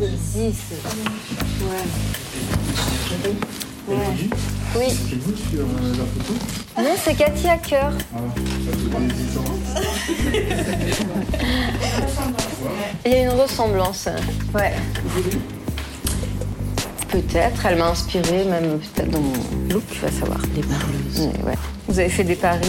existe. Ouais. Ouais. Oui. C'est vous sur la photo? Non, c'est Cathy Hacker. Ah, ça te donne Il y a une ressemblance. Ouais. Peut-être, elle m'a inspirée, même peut-être dans mon look, tu vas savoir. Les parleuses. Ouais. Vous avez fait des paris.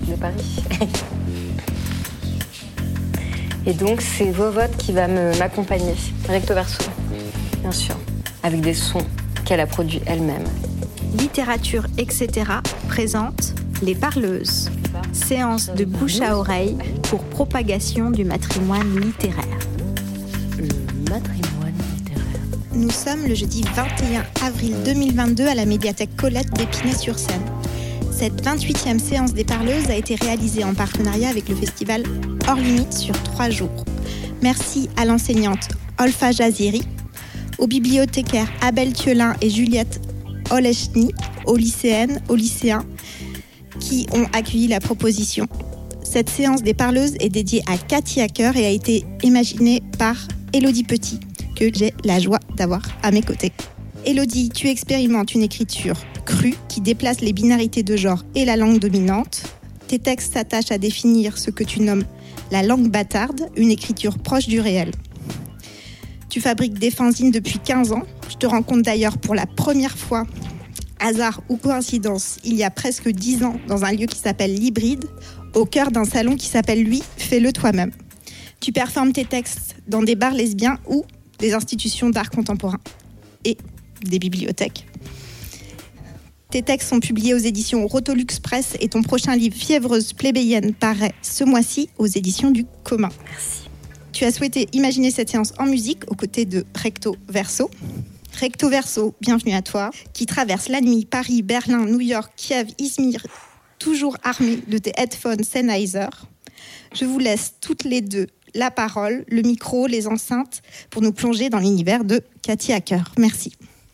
Et donc, c'est Vovote qui va m'accompagner, recto verso, bien sûr, avec des sons qu'elle a produits elle-même. Littérature, etc. présente Les Parleuses, séance de bouche à oreille pour propagation du matrimoine littéraire. Le matrimoine littéraire. Nous sommes le jeudi 21 avril 2022 à la médiathèque Colette d'Épinay-sur-Seine. Cette 28e séance des Parleuses a été réalisée en partenariat avec le festival Hors Limite sur 3 jours. Merci à l'enseignante Olfa Jaziri, aux bibliothécaires Abel Thiolin et Juliette Olechny, aux lycéennes, aux lycéens qui ont accueilli la proposition. Cette séance des Parleuses est dédiée à Cathy Hacker et a été imaginée par Élodie Petit, que j'ai la joie d'avoir à mes côtés. Élodie, tu expérimentes une écriture crue qui déplace les binarités de genre et la langue dominante. Tes textes s'attachent à définir ce que tu nommes la langue bâtarde, une écriture proche du réel. Tu fabriques des fanzines depuis 15 ans. Je te rencontre d'ailleurs pour la première fois, hasard ou coïncidence, il y a presque 10 ans, dans un lieu qui s'appelle l'Hybride, au cœur d'un salon qui s'appelle lui, Fais-le toi-même. Tu performes tes textes dans des bars lesbiens ou des institutions d'art contemporain et des bibliothèques. Tes textes sont publiés aux éditions Rotolux Press et ton prochain livre Fiévreuse plébéienne paraît ce mois-ci aux éditions du Commun. Merci. Tu as souhaité imaginer cette séance en musique aux côtés de Recto Verso. Recto Verso, bienvenue à toi, qui traverse la nuit Paris, Berlin, New York, Kiev, Izmir, toujours armé de tes headphones Sennheiser. Je vous laisse toutes les deux la parole, le micro, les enceintes, pour nous plonger dans l'univers de Cathy Hacker. Merci.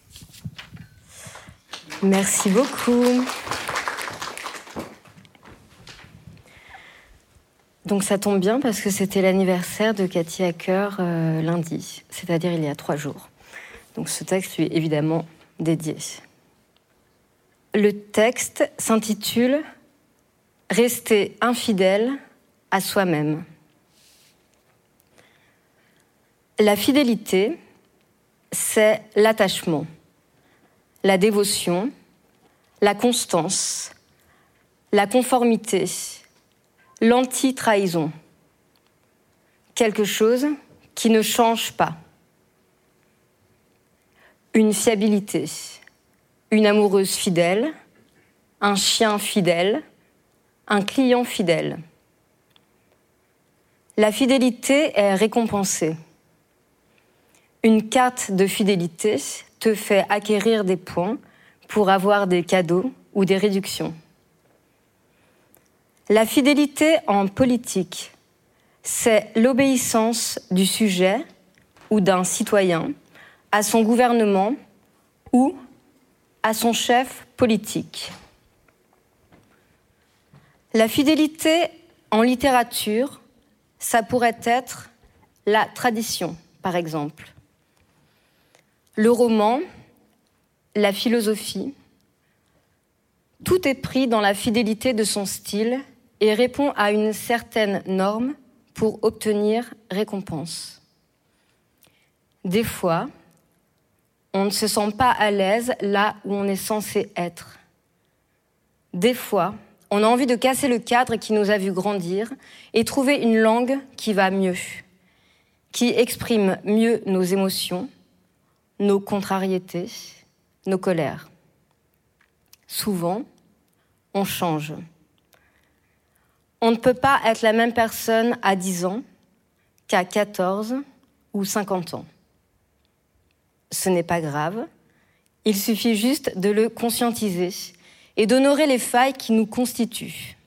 Merci beaucoup. Donc ça tombe bien parce que c'était l'anniversaire de Cathy Hacker lundi, c'est-à-dire il y a 3 jours. Donc ce texte lui est évidemment dédié. Le texte s'intitule « Rester infidèle à soi-même ». La fidélité, c'est l'attachement, la dévotion, la constance, la conformité, l'anti-trahison. Quelque chose qui ne change pas. Une fiabilité, une amoureuse fidèle, un chien fidèle, un client fidèle. La fidélité est récompensée. Une carte de fidélité te fait acquérir des points pour avoir des cadeaux ou des réductions. La fidélité en politique, c'est l'obéissance du sujet ou d'un citoyen à son gouvernement ou à son chef politique. La fidélité en littérature, ça pourrait être la tradition, par exemple. Le roman, la philosophie, tout est pris dans la fidélité de son style et répond à une certaine norme pour obtenir récompense. Des fois, on ne se sent pas à l'aise là où on est censé être. Des fois, on a envie de casser le cadre qui nous a vu grandir et trouver une langue qui va mieux, qui exprime mieux nos émotions, nos contrariétés, nos colères. Souvent, on change. On ne peut pas être la même personne à 10 ans qu'à 14 ou 50 ans. Ce n'est pas grave, il suffit juste de le conscientiser et d'honorer les failles qui nous constituent.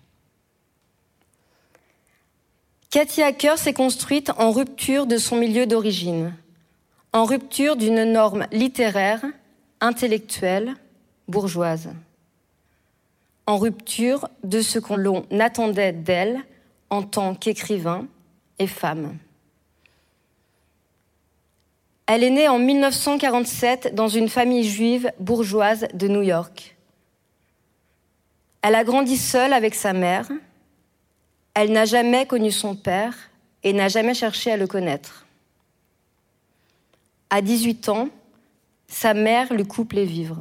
Cathy Hacker s'est construite en rupture de son milieu d'origine, en rupture d'une norme littéraire, intellectuelle, bourgeoise, en rupture de ce que l'on attendait d'elle en tant qu'écrivain et femme. Elle est née en 1947 dans une famille juive bourgeoise de New York. Elle a grandi seule avec sa mère. Elle n'a jamais connu son père et n'a jamais cherché à le connaître. À 18 ans, sa mère lui coupe les vivres.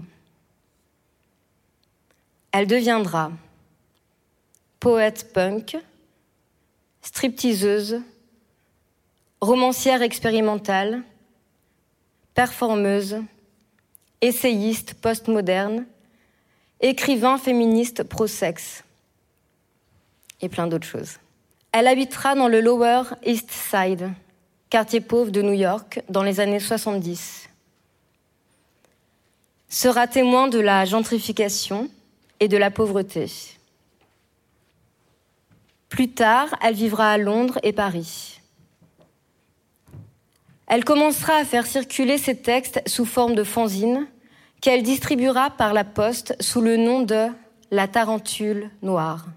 Elle deviendra poète punk, stripteaseuse, romancière expérimentale, performeuse, essayiste postmoderne, écrivain féministe pro-sexe et plein d'autres choses. Elle habitera dans le Lower East Side, quartier pauvre de New York, dans les années 70. Sera témoin de la gentrification et de la pauvreté. Plus tard, elle vivra à Londres et Paris. Elle commencera à faire circuler ses textes sous forme de fanzines qu'elle distribuera par la poste sous le nom de La Tarentule Noire.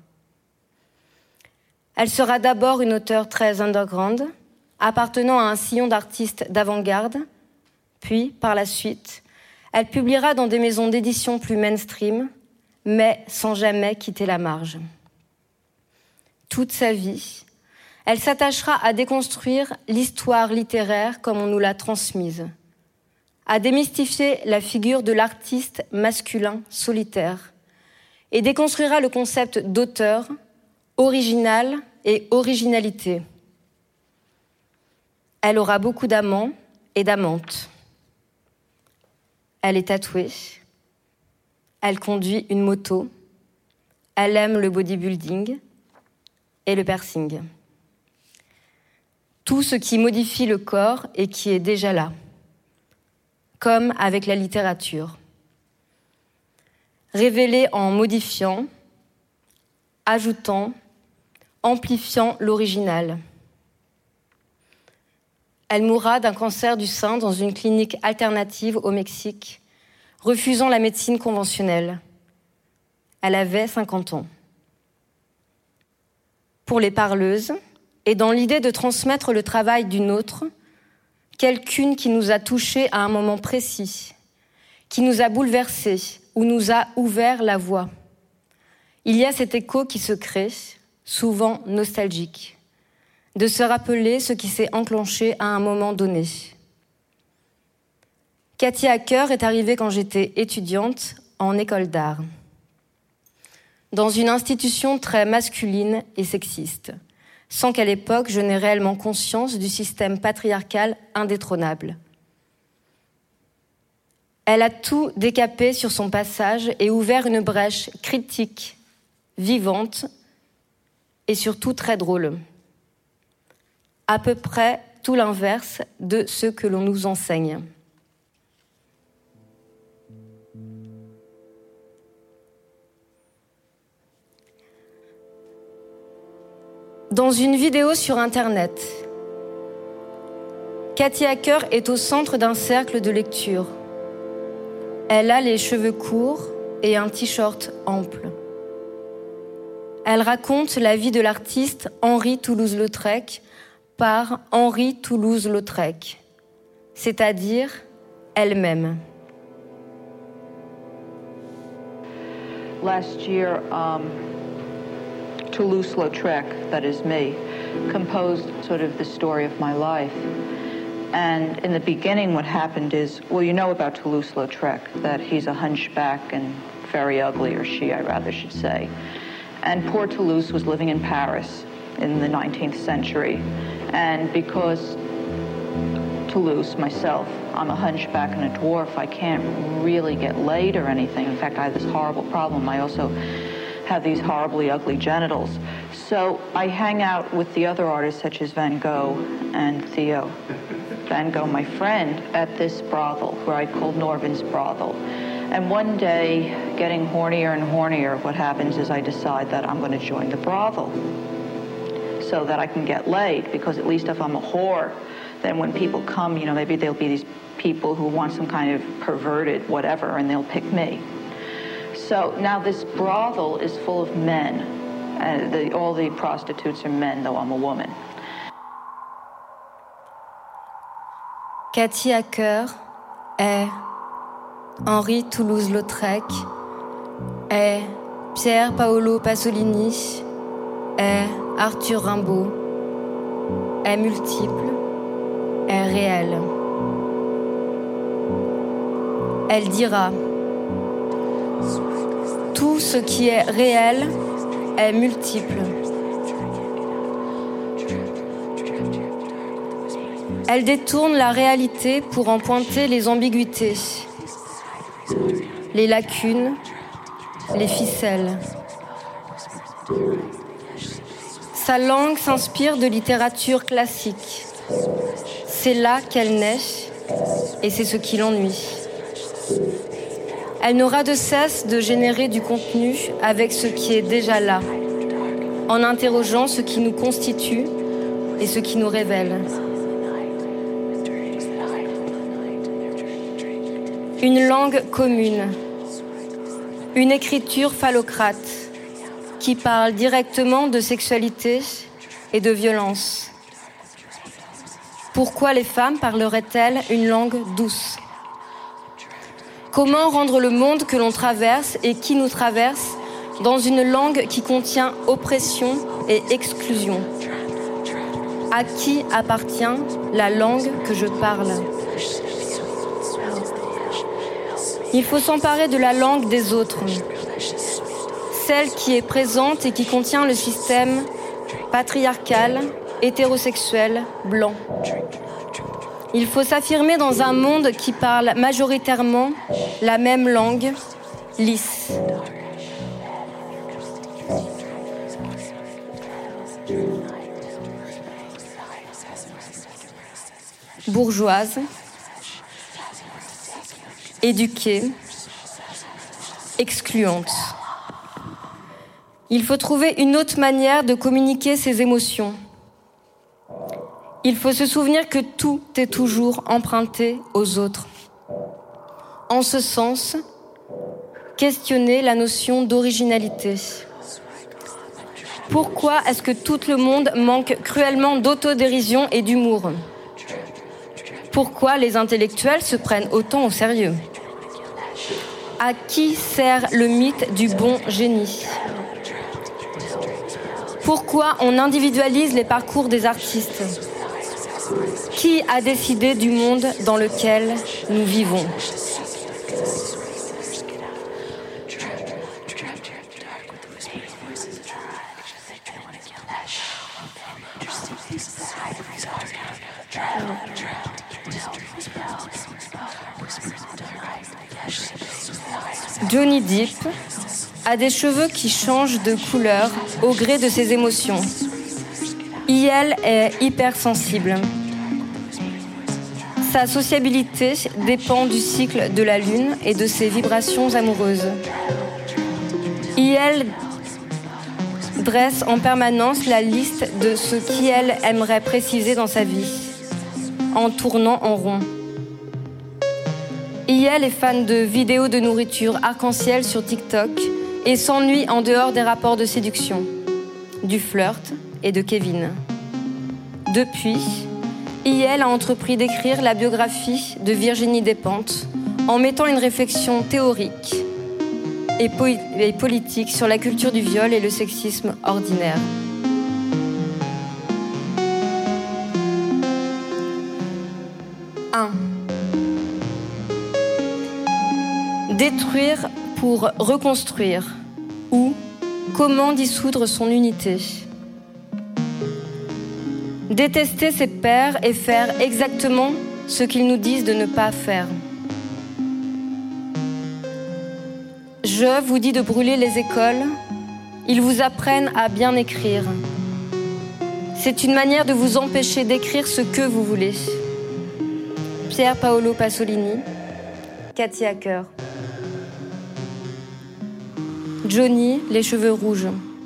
Elle sera d'abord une auteure très underground, appartenant à un sillon d'artistes d'avant-garde, puis, par la suite, elle publiera dans des maisons d'édition plus mainstream, mais sans jamais quitter la marge. Toute sa vie, elle s'attachera à déconstruire l'histoire littéraire comme on nous l'a transmise, à démystifier la figure de l'artiste masculin solitaire et déconstruira le concept d'auteur, original et originalité. Elle aura beaucoup d'amants et d'amantes. Elle est tatouée. Elle conduit une moto. Elle aime le bodybuilding et le piercing. Tout ce qui modifie le corps et qui est déjà là, comme avec la littérature. Révélée en modifiant, ajoutant, amplifiant l'original. Elle mourra d'un cancer du sein dans une clinique alternative au Mexique, refusant la médecine conventionnelle. Elle avait 50 ans. Pour les parleuses, et dans l'idée de transmettre le travail d'une autre, quelqu'une qui nous a touchés à un moment précis, qui nous a bouleversés ou nous a ouvert la voie. Il y a cet écho qui se crée, souvent nostalgique, de se rappeler ce qui s'est enclenché à un moment donné. Cathy Hacker est arrivée quand j'étais étudiante en école d'art, dans une institution très masculine et sexiste, sans qu'à l'époque je n'ai réellement conscience du système patriarcal indétrônable. Elle a tout décapé sur son passage et ouvert une brèche critique, vivante et surtout très drôle. À peu près tout l'inverse de ce que l'on nous enseigne. Dans une vidéo sur Internet, Cathy Hacker est au centre d'un cercle de lecture. Elle a les cheveux courts et un t-shirt ample. Elle raconte la vie de l'artiste Henri Toulouse-Lautrec par Henri Toulouse-Lautrec, c'est-à-dire elle-même. Last year, Toulouse-Lautrec, that is me, composed sort of the story of my life. And in the beginning, what happened is, well, you know about Toulouse-Lautrec, that he's a hunchback and very ugly, or she, I rather should say. And poor Toulouse was living in Paris in the 19th century. And because Toulouse, myself, I'm a hunchback and a dwarf, I can't really get laid or anything. In fact, I have this horrible problem. I also have these horribly ugly genitals. So I hang out with the other artists such as Van Gogh and Theo Van Gogh, my friend, at this brothel, where I called Norvin's Brothel. And one day, getting hornier and hornier, what happens is I decide that I'm going to join the brothel so that I can get laid, because at least if I'm a whore, then when people come, you know, maybe there'll be these people who want some kind of perverted whatever, and they'll pick me. So now this brothel is full of men. All the prostitutes are men, though I'm a woman. Cathy Hacker est Henri Toulouse-Lautrec, est Pier Paolo Pasolini, est Arthur Rimbaud, est multiple, est réelle. Elle dira: tout ce qui est réel est multiple. Elle détourne la réalité pour en pointer les ambiguïtés, les lacunes, les ficelles. Sa langue s'inspire de littérature classique. C'est là qu'elle naît et c'est ce qui l'ennuie. Elle n'aura de cesse de générer du contenu avec ce qui est déjà là, en interrogeant ce qui nous constitue et ce qui nous révèle. Une langue commune, une écriture phallocrate qui parle directement de sexualité et de violence. Pourquoi les femmes parleraient-elles une langue douce ? Comment rendre le monde que l'on traverse et qui nous traverse dans une langue qui contient oppression et exclusion ? À qui appartient la langue que je parle ? Il faut s'emparer de la langue des autres, celle qui est présente et qui contient le système patriarcal, hétérosexuel, blanc. Il faut s'affirmer dans un monde qui parle majoritairement la même langue, lisse. Bourgeoise, éduquée, excluante. Il faut trouver une autre manière de communiquer ses émotions. Il faut se souvenir que tout est toujours emprunté aux autres. En ce sens, questionner la notion d'originalité. Pourquoi est-ce que tout le monde manque cruellement d'autodérision et d'humour ? Pourquoi les intellectuels se prennent autant au sérieux ? À qui sert le mythe du bon génie ? Pourquoi on individualise les parcours des artistes ? Qui a décidé du monde dans lequel nous vivons ? Johnny Depp a des cheveux qui changent de couleur au gré de ses émotions. IL est hypersensible. Sa sociabilité dépend du cycle de la lune et de ses vibrations amoureuses. IL dresse en permanence la liste de ce qu'elle aimerait préciser dans sa vie, en tournant en rond. IL est fan de vidéos de nourriture arc-en-ciel sur TikTok et s'ennuie en dehors des rapports de séduction, du flirt et de Kevin. Depuis, IL a entrepris d'écrire la biographie de Virginie Despentes en mettant une réflexion théorique et politique sur la culture du viol et le sexisme ordinaire. Détruire pour reconstruire ou comment dissoudre son unité. Détester ses pairs et faire exactement ce qu'ils nous disent de ne pas faire. Je vous dis de brûler les écoles, ils vous apprennent à bien écrire. C'est une manière de vous empêcher d'écrire ce que vous voulez. Pier Paolo Pasolini, Cathy Hacker. Johnny, les cheveux rouges.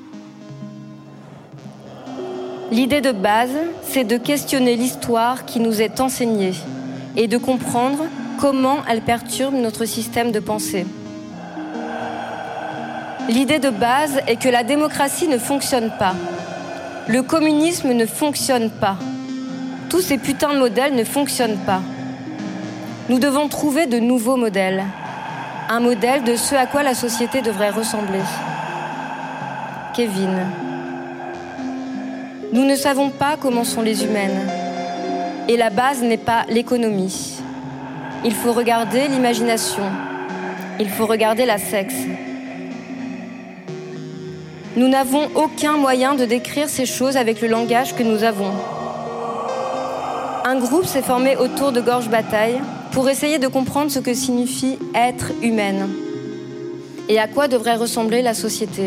L'idée de base, c'est de questionner l'histoire qui nous est enseignée et de comprendre comment elle perturbe notre système de pensée. L'idée de base est que la démocratie ne fonctionne pas. Le communisme ne fonctionne pas. Tous ces putains de modèles ne fonctionnent pas. Nous devons trouver de nouveaux modèles. Un modèle de ce à quoi la société devrait ressembler. Kevin. Nous ne savons pas comment sont les humaines. Et la base n'est pas l'économie. Il faut regarder l'imagination. Il faut regarder la sexe. Nous n'avons aucun moyen de décrire ces choses avec le langage que nous avons. Un groupe s'est formé autour de Gorge Bataille pour essayer de comprendre ce que signifie être humaine et à quoi devrait ressembler la société.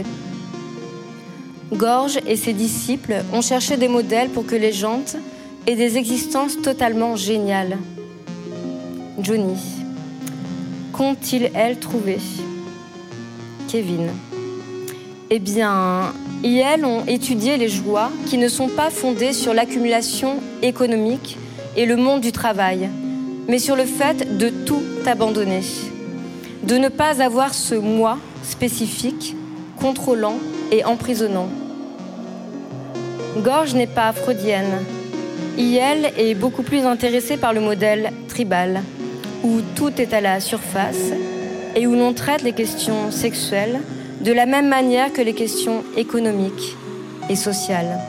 Gorge et ses disciples ont cherché des modèles pour que les gens aient des existences totalement géniales. Johnny. Qu'ont-ils, elles, trouvé? Kevin. Eh bien, elles ont étudié les joies qui ne sont pas fondées sur l'accumulation économique et le monde du travail, mais sur le fait de tout abandonner, de ne pas avoir ce moi spécifique, contrôlant et emprisonnant. Gorge n'est pas freudienne. Elle est beaucoup plus intéressée par le modèle tribal, où tout est à la surface et où l'on traite les questions sexuelles de la même manière que les questions économiques et sociales.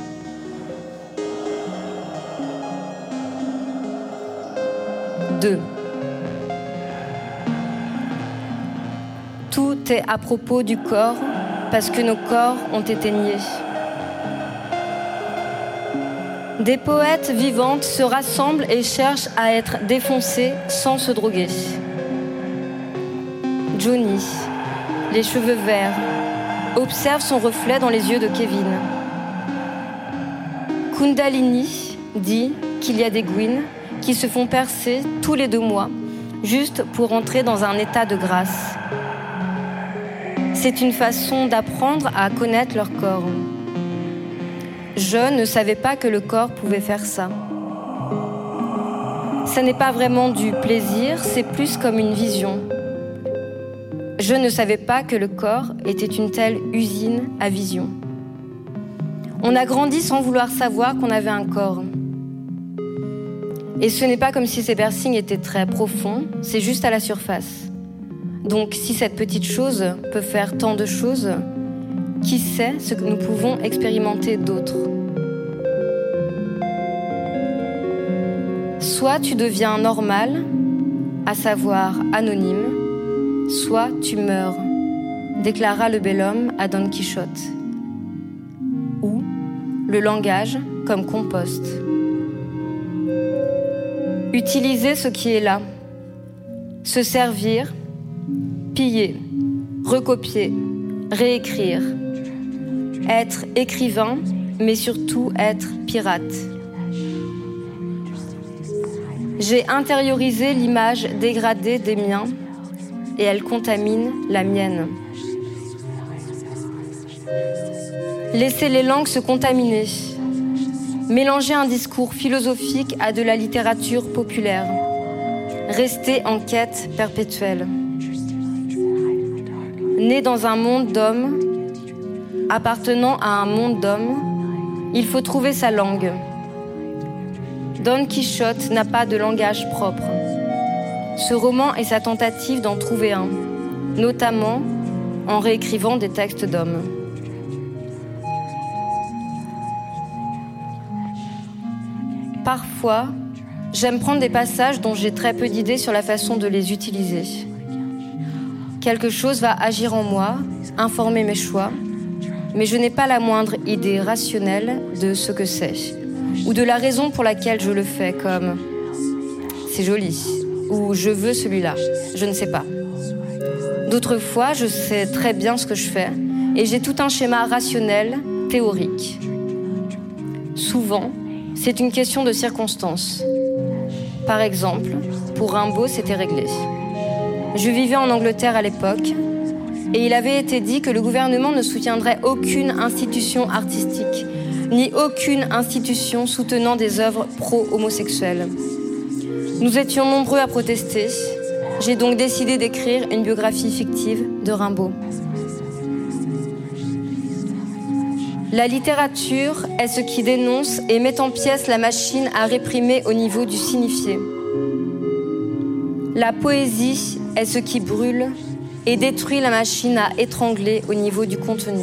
Deux. Tout est à propos du corps parce que nos corps ont été niés. Des poètes vivantes se rassemblent et cherchent à être défoncées sans se droguer. Johnny, les cheveux verts, observe son reflet dans les yeux de Kevin. Kundalini dit qu'il y a des Gwyn qui se font percer tous les 2 mois, juste pour entrer dans un état de grâce. C'est une façon d'apprendre à connaître leur corps. Je ne savais pas que le corps pouvait faire ça. Ça n'est pas vraiment du plaisir, c'est plus comme une vision. Je ne savais pas que le corps était une telle usine à vision. On a grandi sans vouloir savoir qu'on avait un corps. Et ce n'est pas comme si ces piercings étaient très profonds, c'est juste à la surface. Donc si cette petite chose peut faire tant de choses, qui sait ce que nous pouvons expérimenter d'autres? Soit tu deviens normal, à savoir anonyme, soit tu meurs, déclara le bel homme à Don Quichotte. Ou le langage comme compost. Utiliser ce qui est là, se servir, piller, recopier, réécrire, être écrivain, mais surtout être pirate. J'ai intériorisé l'image dégradée des miens et elle contamine la mienne. Laisser les langues se contaminer, mélanger un discours philosophique à de la littérature populaire, rester en quête perpétuelle. Né dans un monde d'hommes, appartenant à un monde d'hommes, il faut trouver sa langue. Don Quichotte n'a pas de langage propre. Ce roman est sa tentative d'en trouver un, notamment en réécrivant des textes d'hommes. Parfois, j'aime prendre des passages dont j'ai très peu d'idées sur la façon de les utiliser. Quelque chose va agir en moi, informer mes choix, mais je n'ai pas la moindre idée rationnelle de ce que c'est, ou de la raison pour laquelle je le fais, comme « c'est joli » ou « je veux celui-là », je ne sais pas. D'autres fois, je sais très bien ce que je fais, et j'ai tout un schéma rationnel, théorique. Souvent, c'est une question de circonstances. Par exemple, pour Rimbaud, c'était réglé. Je vivais en Angleterre à l'époque, et il avait été dit que le gouvernement ne soutiendrait aucune institution artistique, ni aucune institution soutenant des œuvres pro-homosexuelles. Nous étions nombreux à protester. J'ai donc décidé d'écrire une biographie fictive de Rimbaud. La littérature est ce qui dénonce et met en pièces la machine à réprimer au niveau du signifié. La poésie est ce qui brûle et détruit la machine à étrangler au niveau du contenu.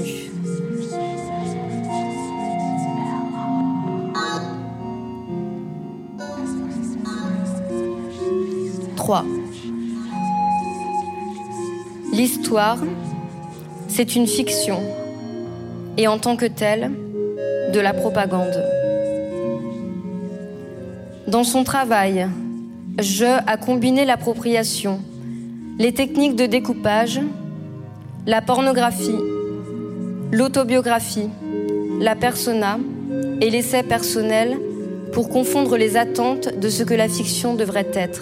L'histoire, c'est une fiction, et en tant que telle, de la propagande. Dans son travail, Je a combiné l'appropriation, les techniques de découpage, la pornographie, l'autobiographie, la persona et l'essai personnel pour confondre les attentes de ce que la fiction devrait être.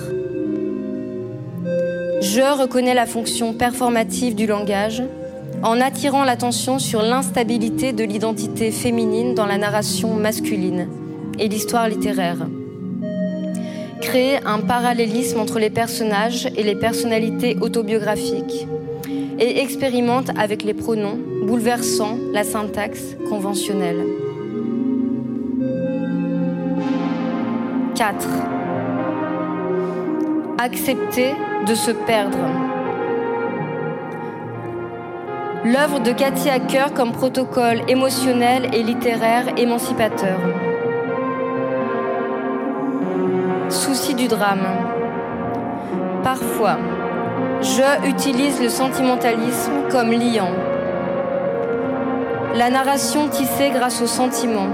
Je reconnais la fonction performative du langage en attirant l'attention sur l'instabilité de l'identité féminine dans la narration masculine et l'histoire littéraire. Créer un parallélisme entre les personnages et les personnalités autobiographiques et expérimente avec les pronoms, bouleversant la syntaxe conventionnelle. 4. Accepter de se perdre. L'œuvre de Cathy Hacker comme protocole émotionnel et littéraire émancipateur. Souci du drame. Parfois, je utilise le sentimentalisme comme liant. La narration tissée grâce au sentiment.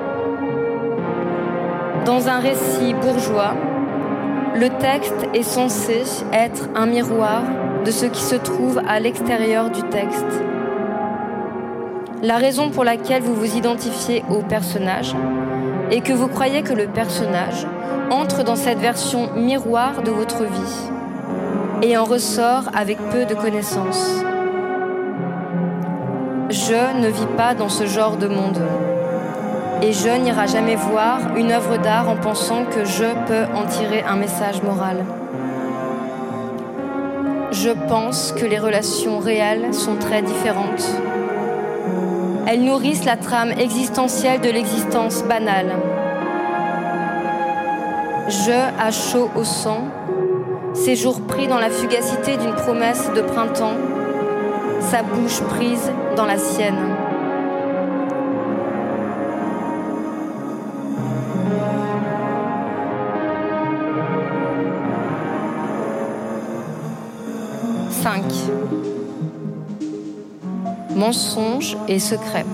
Dans un récit bourgeois, le texte est censé être un miroir de ce qui se trouve à l'extérieur du texte. La raison pour laquelle vous vous identifiez au personnage est que vous croyez que le personnage entre dans cette version miroir de votre vie et en ressort avec peu de connaissances. Je ne vis pas dans ce genre de monde. Et je n'irai jamais voir une œuvre d'art en pensant que je peux en tirer un message moral. Je pense que les relations réelles sont très différentes. Elles nourrissent la trame existentielle de l'existence banale. Je a chaud au sang, séjour pris dans la fugacité d'une promesse de printemps, sa bouche prise dans la sienne. Mensonge et secret.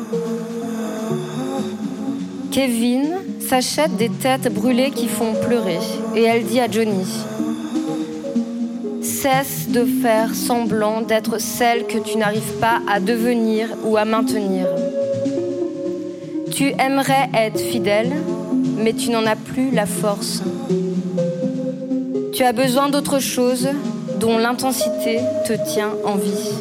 Kevin s'achète des têtes brûlées qui font pleurer et elle dit à Johnny: cesse de faire semblant d'être celle que tu n'arrives pas à devenir ou à maintenir. Tu aimerais être fidèle, mais tu n'en as plus la force. Tu as besoin d'autre chose dont l'intensité te tient en vie.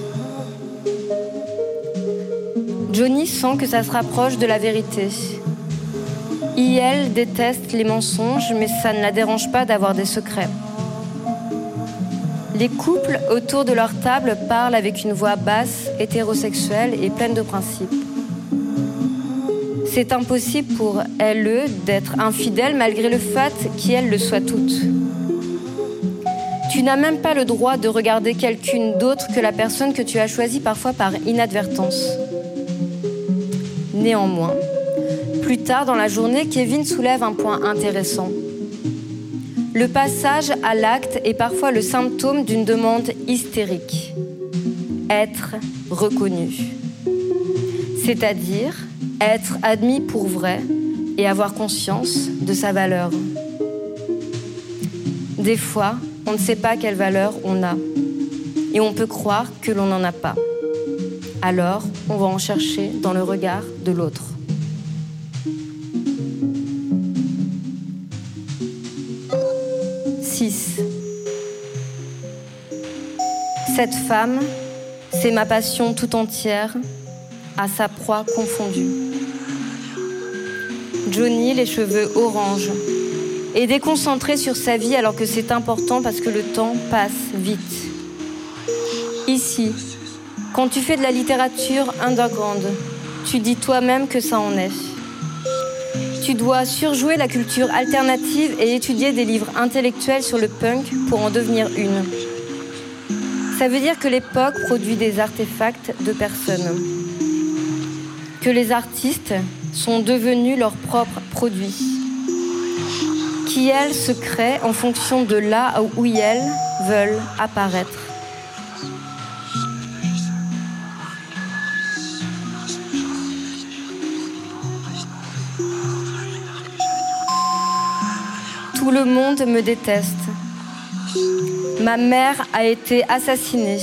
Johnny sent que ça se rapproche de la vérité. Elle déteste les mensonges, mais ça ne la dérange pas d'avoir des secrets. Les couples autour de leur table parlent avec une voix basse, hétérosexuelle et pleine de principes. C'est impossible pour elles d'être infidèles malgré le fait qu'elles le soient toutes. Tu n'as même pas le droit de regarder quelqu'une d'autre que la personne que tu as choisie parfois par inadvertance. Néanmoins, plus tard dans la journée, Kevin soulève un point intéressant. Le passage à l'acte est parfois le symptôme d'une demande hystérique. Être reconnu. C'est-à-dire être admis pour vrai et avoir conscience de sa valeur. Des fois, on ne sait pas quelle valeur on a et on peut croire que l'on n'en a pas. Alors, on va en chercher dans le regard de l'autre. Cette femme, c'est ma passion tout entière, à sa proie confondue. Johnny, les cheveux orange, est déconcentré sur sa vie alors que c'est important parce que le temps passe vite. Ici, quand tu fais de la littérature underground, tu dis toi-même que ça en est. tu dois surjouer la culture alternative et étudier des livres intellectuels sur le punk pour en devenir une. Ça veut dire que l'époque produit des artefacts de personnes. Que les artistes sont devenus leurs propres produits. Qui elles se créent en fonction de là où elles veulent apparaître. Tout le monde me déteste. Ma mère a été assassinée.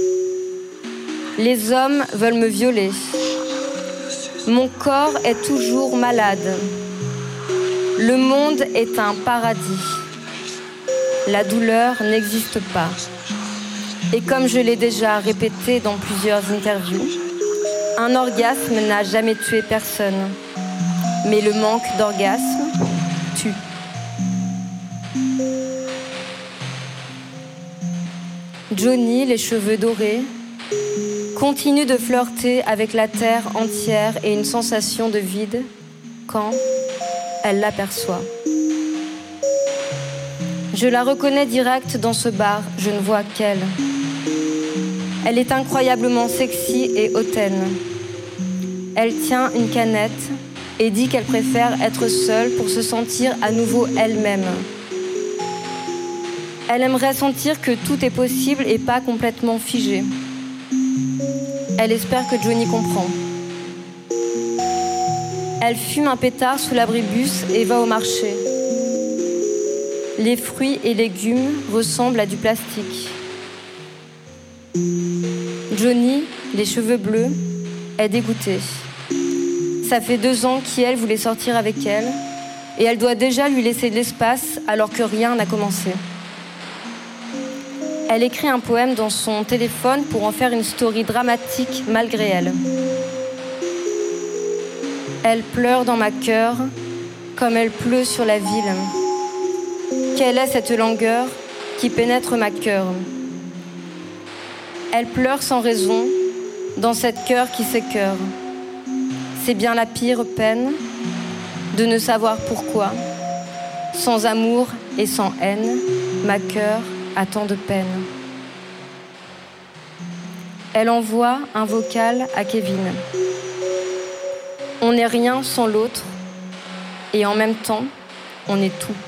Les hommes veulent me violer. Mon corps est toujours malade. Le monde est un paradis. La douleur n'existe pas. Et comme je l'ai déjà répété dans plusieurs interviews, un orgasme n'a jamais tué personne. Mais le manque d'orgasme tue. Johnny, les cheveux dorés, continue de flirter avec la terre entière et une sensation de vide quand elle l'aperçoit. Je la reconnais direct dans ce bar, je ne vois qu'elle. Elle est incroyablement sexy et hautaine. Elle tient une canette et dit qu'elle préfère être seule pour se sentir à nouveau elle-même. Elle aimerait sentir que tout est possible et pas complètement figé. Elle espère que Johnny comprend. Elle fume un pétard sous l'abribus et va au marché. Les fruits et légumes ressemblent à du plastique. Johnny, les cheveux bleus, est dégoûtée. Ça fait 2 ans qu'elle voulait sortir avec elle et elle doit déjà lui laisser de l'espace alors que rien n'a commencé. Elle écrit un poème dans son téléphone pour en faire une story dramatique malgré elle. Elle pleure dans ma cœur comme elle pleut sur la ville. Quelle est cette langueur qui pénètre ma cœur? Elle pleure sans raison dans cette cœur qui s'écœure. C'est bien la pire peine de ne savoir pourquoi. Sans amour et sans haine, ma cœur a tant de peine. Elle envoie un vocal à Kevin. On n'est rien sans l'autre et en même temps, on est tout.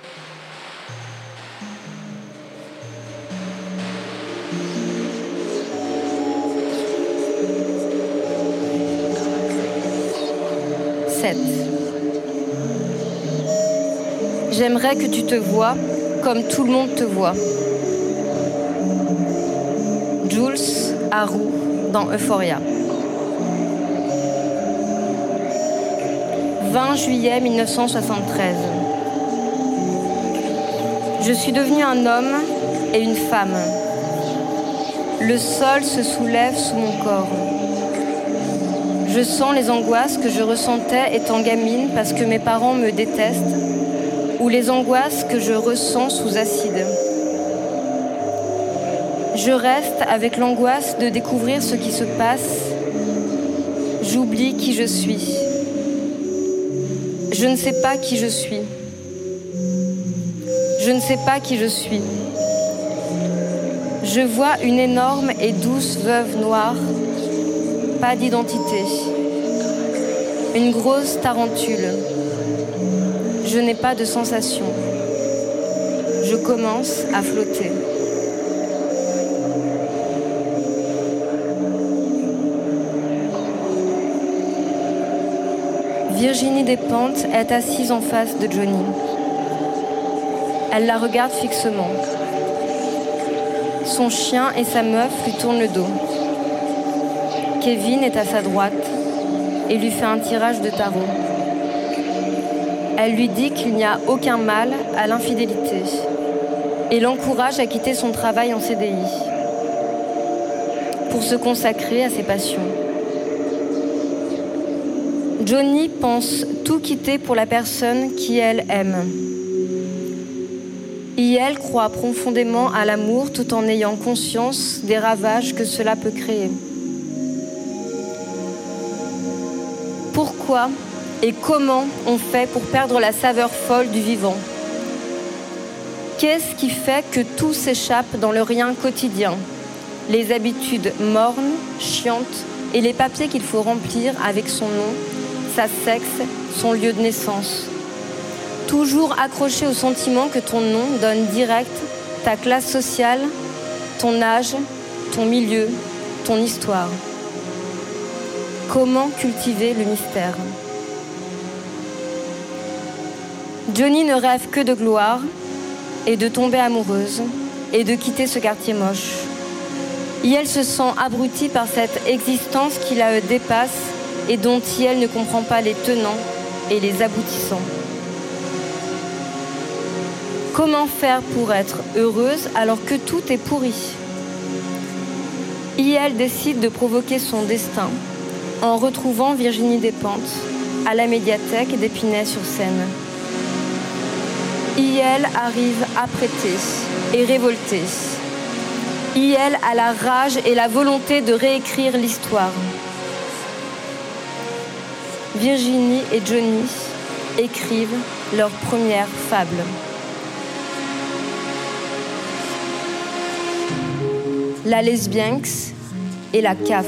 J'aimerais que tu te vois comme tout le monde te voit. Jules Arrou dans Euphoria. 20 juillet 1973. Je suis devenue un homme et une femme. Le sol se soulève sous mon corps. Je sens les angoisses que je ressentais étant gamine parce que mes parents me détestent, ou les angoisses que je ressens sous acide. Je reste avec l'angoisse de découvrir ce qui se passe. J'oublie qui je suis. Je ne sais pas qui je suis. Je ne sais pas qui je suis. Je vois une énorme et douce veuve noire. Pas d'identité. Une grosse tarentule. Je n'ai pas de sensation. Je commence à flotter. Virginie Despentes est assise en face de Johnny. Elle la regarde fixement. Son chien et sa meuf lui tournent le dos. Kevin est à sa droite et lui fait un tirage de tarot. Elle lui dit qu'il n'y a aucun mal à l'infidélité et l'encourage à quitter son travail en CDI pour se consacrer à ses passions. Johnny pense tout quitter pour la personne qui elle aime. Et elle croit profondément à l'amour tout en ayant conscience des ravages que cela peut créer. Pourquoi Et comment on fait pour perdre la saveur folle du vivant? Qu'est-ce qui fait que tout s'échappe dans le rien quotidien? Les habitudes mornes, chiantes et les papiers qu'il faut remplir avec son nom, sa sexe, son lieu de naissance. Toujours accroché au sentiment que ton nom donne direct ta classe sociale, ton âge, ton milieu, ton histoire. Comment cultiver le mystère? Johnny ne rêve que de gloire et de tomber amoureuse et de quitter ce quartier moche. Yael se sent abrutie par cette existence qui la dépasse et dont Yael ne comprend pas les tenants et les aboutissants. Comment faire pour être heureuse alors que tout est pourri? Yael décide de provoquer son destin en retrouvant Virginie Despentes à la médiathèque d'Épinay-sur-Seine. Yael arrive apprêtée et révoltée. Yael a la rage et la volonté de réécrire l'histoire. Virginie et Johnny écrivent leur première fable. La lesbienx et la CAF.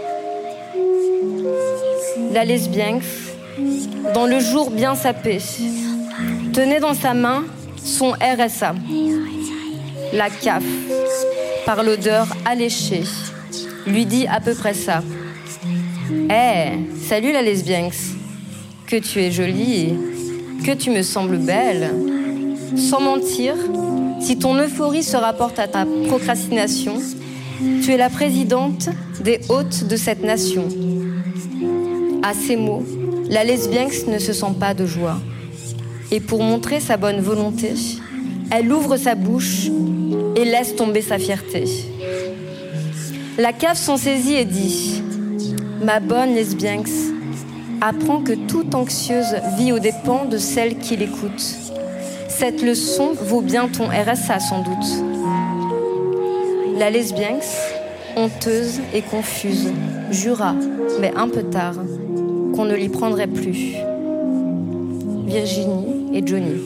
La lesbienx, dans le jour bien sapé, tenait dans sa main son RSA. La CAF, par l'odeur alléchée, lui dit à peu près ça. « Hey, salut la lesbienx, que tu es jolie, que tu me sembles belle. Sans mentir, si ton euphorie se rapporte à ta procrastination, tu es la présidente des hôtes de cette nation. » À ces mots, la lesbienx ne se sent pas de joie. Et pour montrer sa bonne volonté, elle ouvre sa bouche et laisse tomber sa fierté. La CAF s'en saisit et dit « Ma bonne lesbienx, apprends que toute anxieuse vit aux dépens de celle qui l'écoute. Cette leçon vaut bien ton RSA sans doute. » La lesbienx, honteuse et confuse, jura, mais un peu tard, qu'on ne l'y prendrait plus. Virginie et Johnny.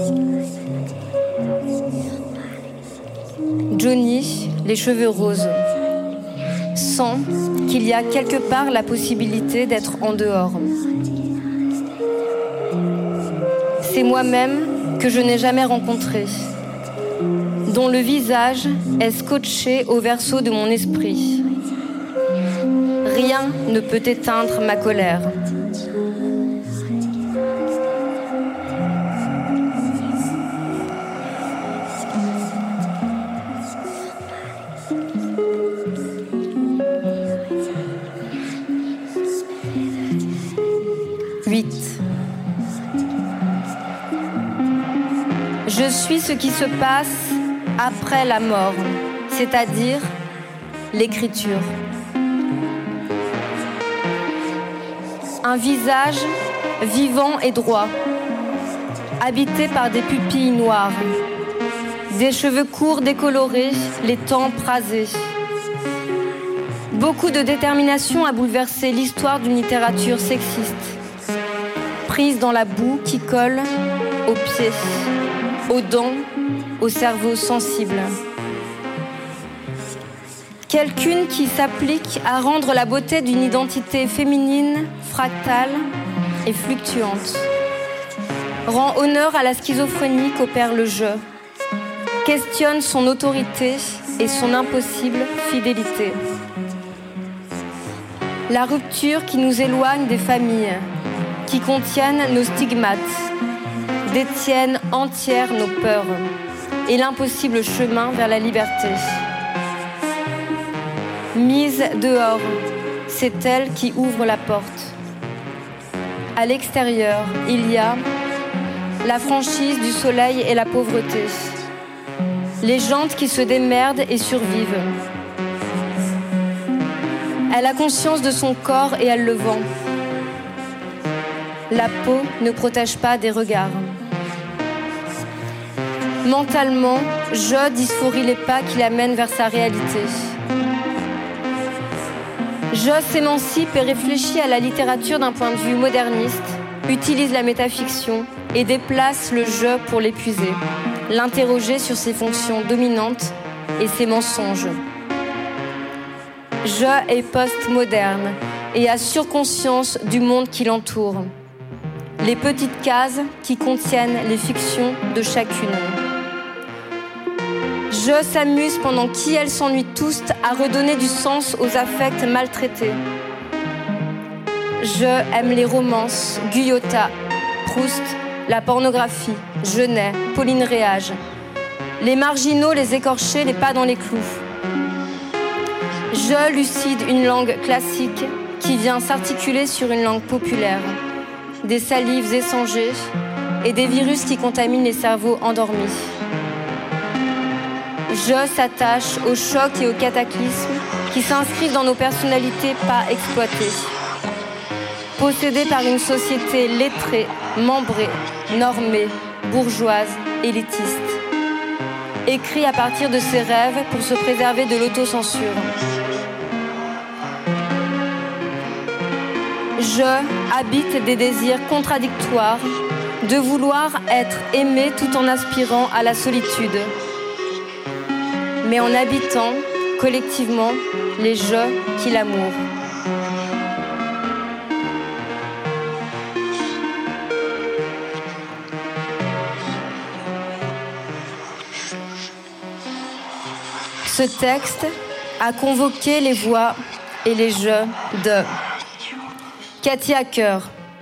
Johnny, les cheveux roses, sent qu'il y a quelque part la possibilité d'être en dehors. C'est moi-même que je n'ai jamais rencontré, dont le visage est scotché au verso de mon esprit. Rien ne peut éteindre ma colère. Je suis ce qui se passe après la mort, c'est-à-dire l'écriture. Un visage vivant et droit, habité par des pupilles noires, des cheveux courts décolorés, les tempes rasées. Beaucoup de détermination à bouleverser l'histoire d'une littérature sexiste, prise dans la boue qui colle aux pieds, aux dents, au cerveau sensible. Quelqu'une qui s'applique à rendre la beauté d'une identité féminine, fractale et fluctuante. Rend honneur à la schizophrénie qu'opère le jeu. Questionne son autorité et son impossible fidélité. La rupture qui nous éloigne des familles, qui contiennent nos stigmates, détiennent entières nos peurs et l'impossible chemin vers la liberté. Mise dehors, c'est elle qui ouvre la porte. À l'extérieur, il y a la franchise du soleil et la pauvreté, les gentes qui se démerdent et survivent. Elle a conscience de son corps et elle le vend. La peau ne protège pas des regards. Mentalement, Jo dysphorie les pas qui l'amènent vers sa réalité. Jo s'émancipe et réfléchit à la littérature d'un point de vue moderniste, utilise la métafiction et déplace le je pour l'épuiser, l'interroger sur ses fonctions dominantes et ses mensonges. Je est post-moderne et a surconscience du monde qui l'entoure. Les petites cases qui contiennent les fictions de chacune. Je s'amuse pendant qu'elles s'ennuient tous à redonner du sens aux affects maltraités. Je aime les romances, Guyota, Proust, la pornographie, Genet, Pauline Réage. Les marginaux, les écorchés, les pas dans les clous. Je lucide une langue classique qui vient s'articuler sur une langue populaire. Des salives échangées et des virus qui contaminent les cerveaux endormis. Je s'attache aux chocs et aux cataclysmes qui s'inscrivent dans nos personnalités pas exploitées. Possédées par une société lettrée, membrée, normée, bourgeoise, élitiste. Écrit à partir de ses rêves pour se préserver de l'autocensure. Je habite des désirs contradictoires de vouloir être aimé tout en aspirant à la solitude. Mais en habitant collectivement les je qui l'amour. Ce texte a convoqué les voix et les je de Cathy Hacker,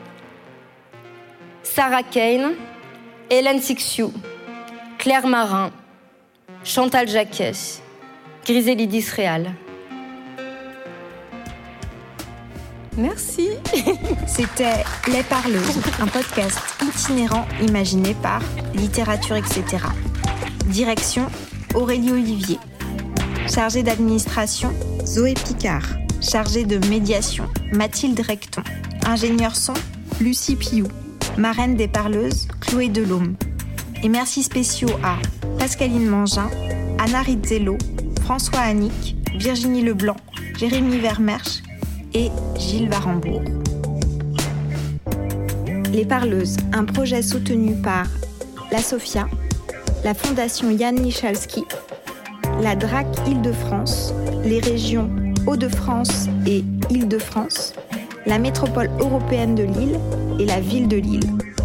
Sarah Kane, Hélène Sixou, Claire Marin, Chantal Jacquet, Griselidis Réal. Merci. C'était Les Parleuses, un podcast itinérant imaginé par Littérature, etc. Direction Aurélie Olivier. Chargée d'administration, Zoé Picard. Chargée de médiation, Mathilde Recton. Ingénieur son, Lucie Piou. Marraine des Parleuses, Chloé Delhomme. Et merci spéciaux à Pascaline Mangin, Anna Rizzello, François Annick, Virginie Leblanc, Jérémy Vermersch et Gilles Varembourg. Les Parleuses, un projet soutenu par la Sophia, la Fondation Jan Michalski, la DRAC Île-de-France, les régions Hauts-de-France et Île-de-France, la métropole européenne de Lille et la ville de Lille.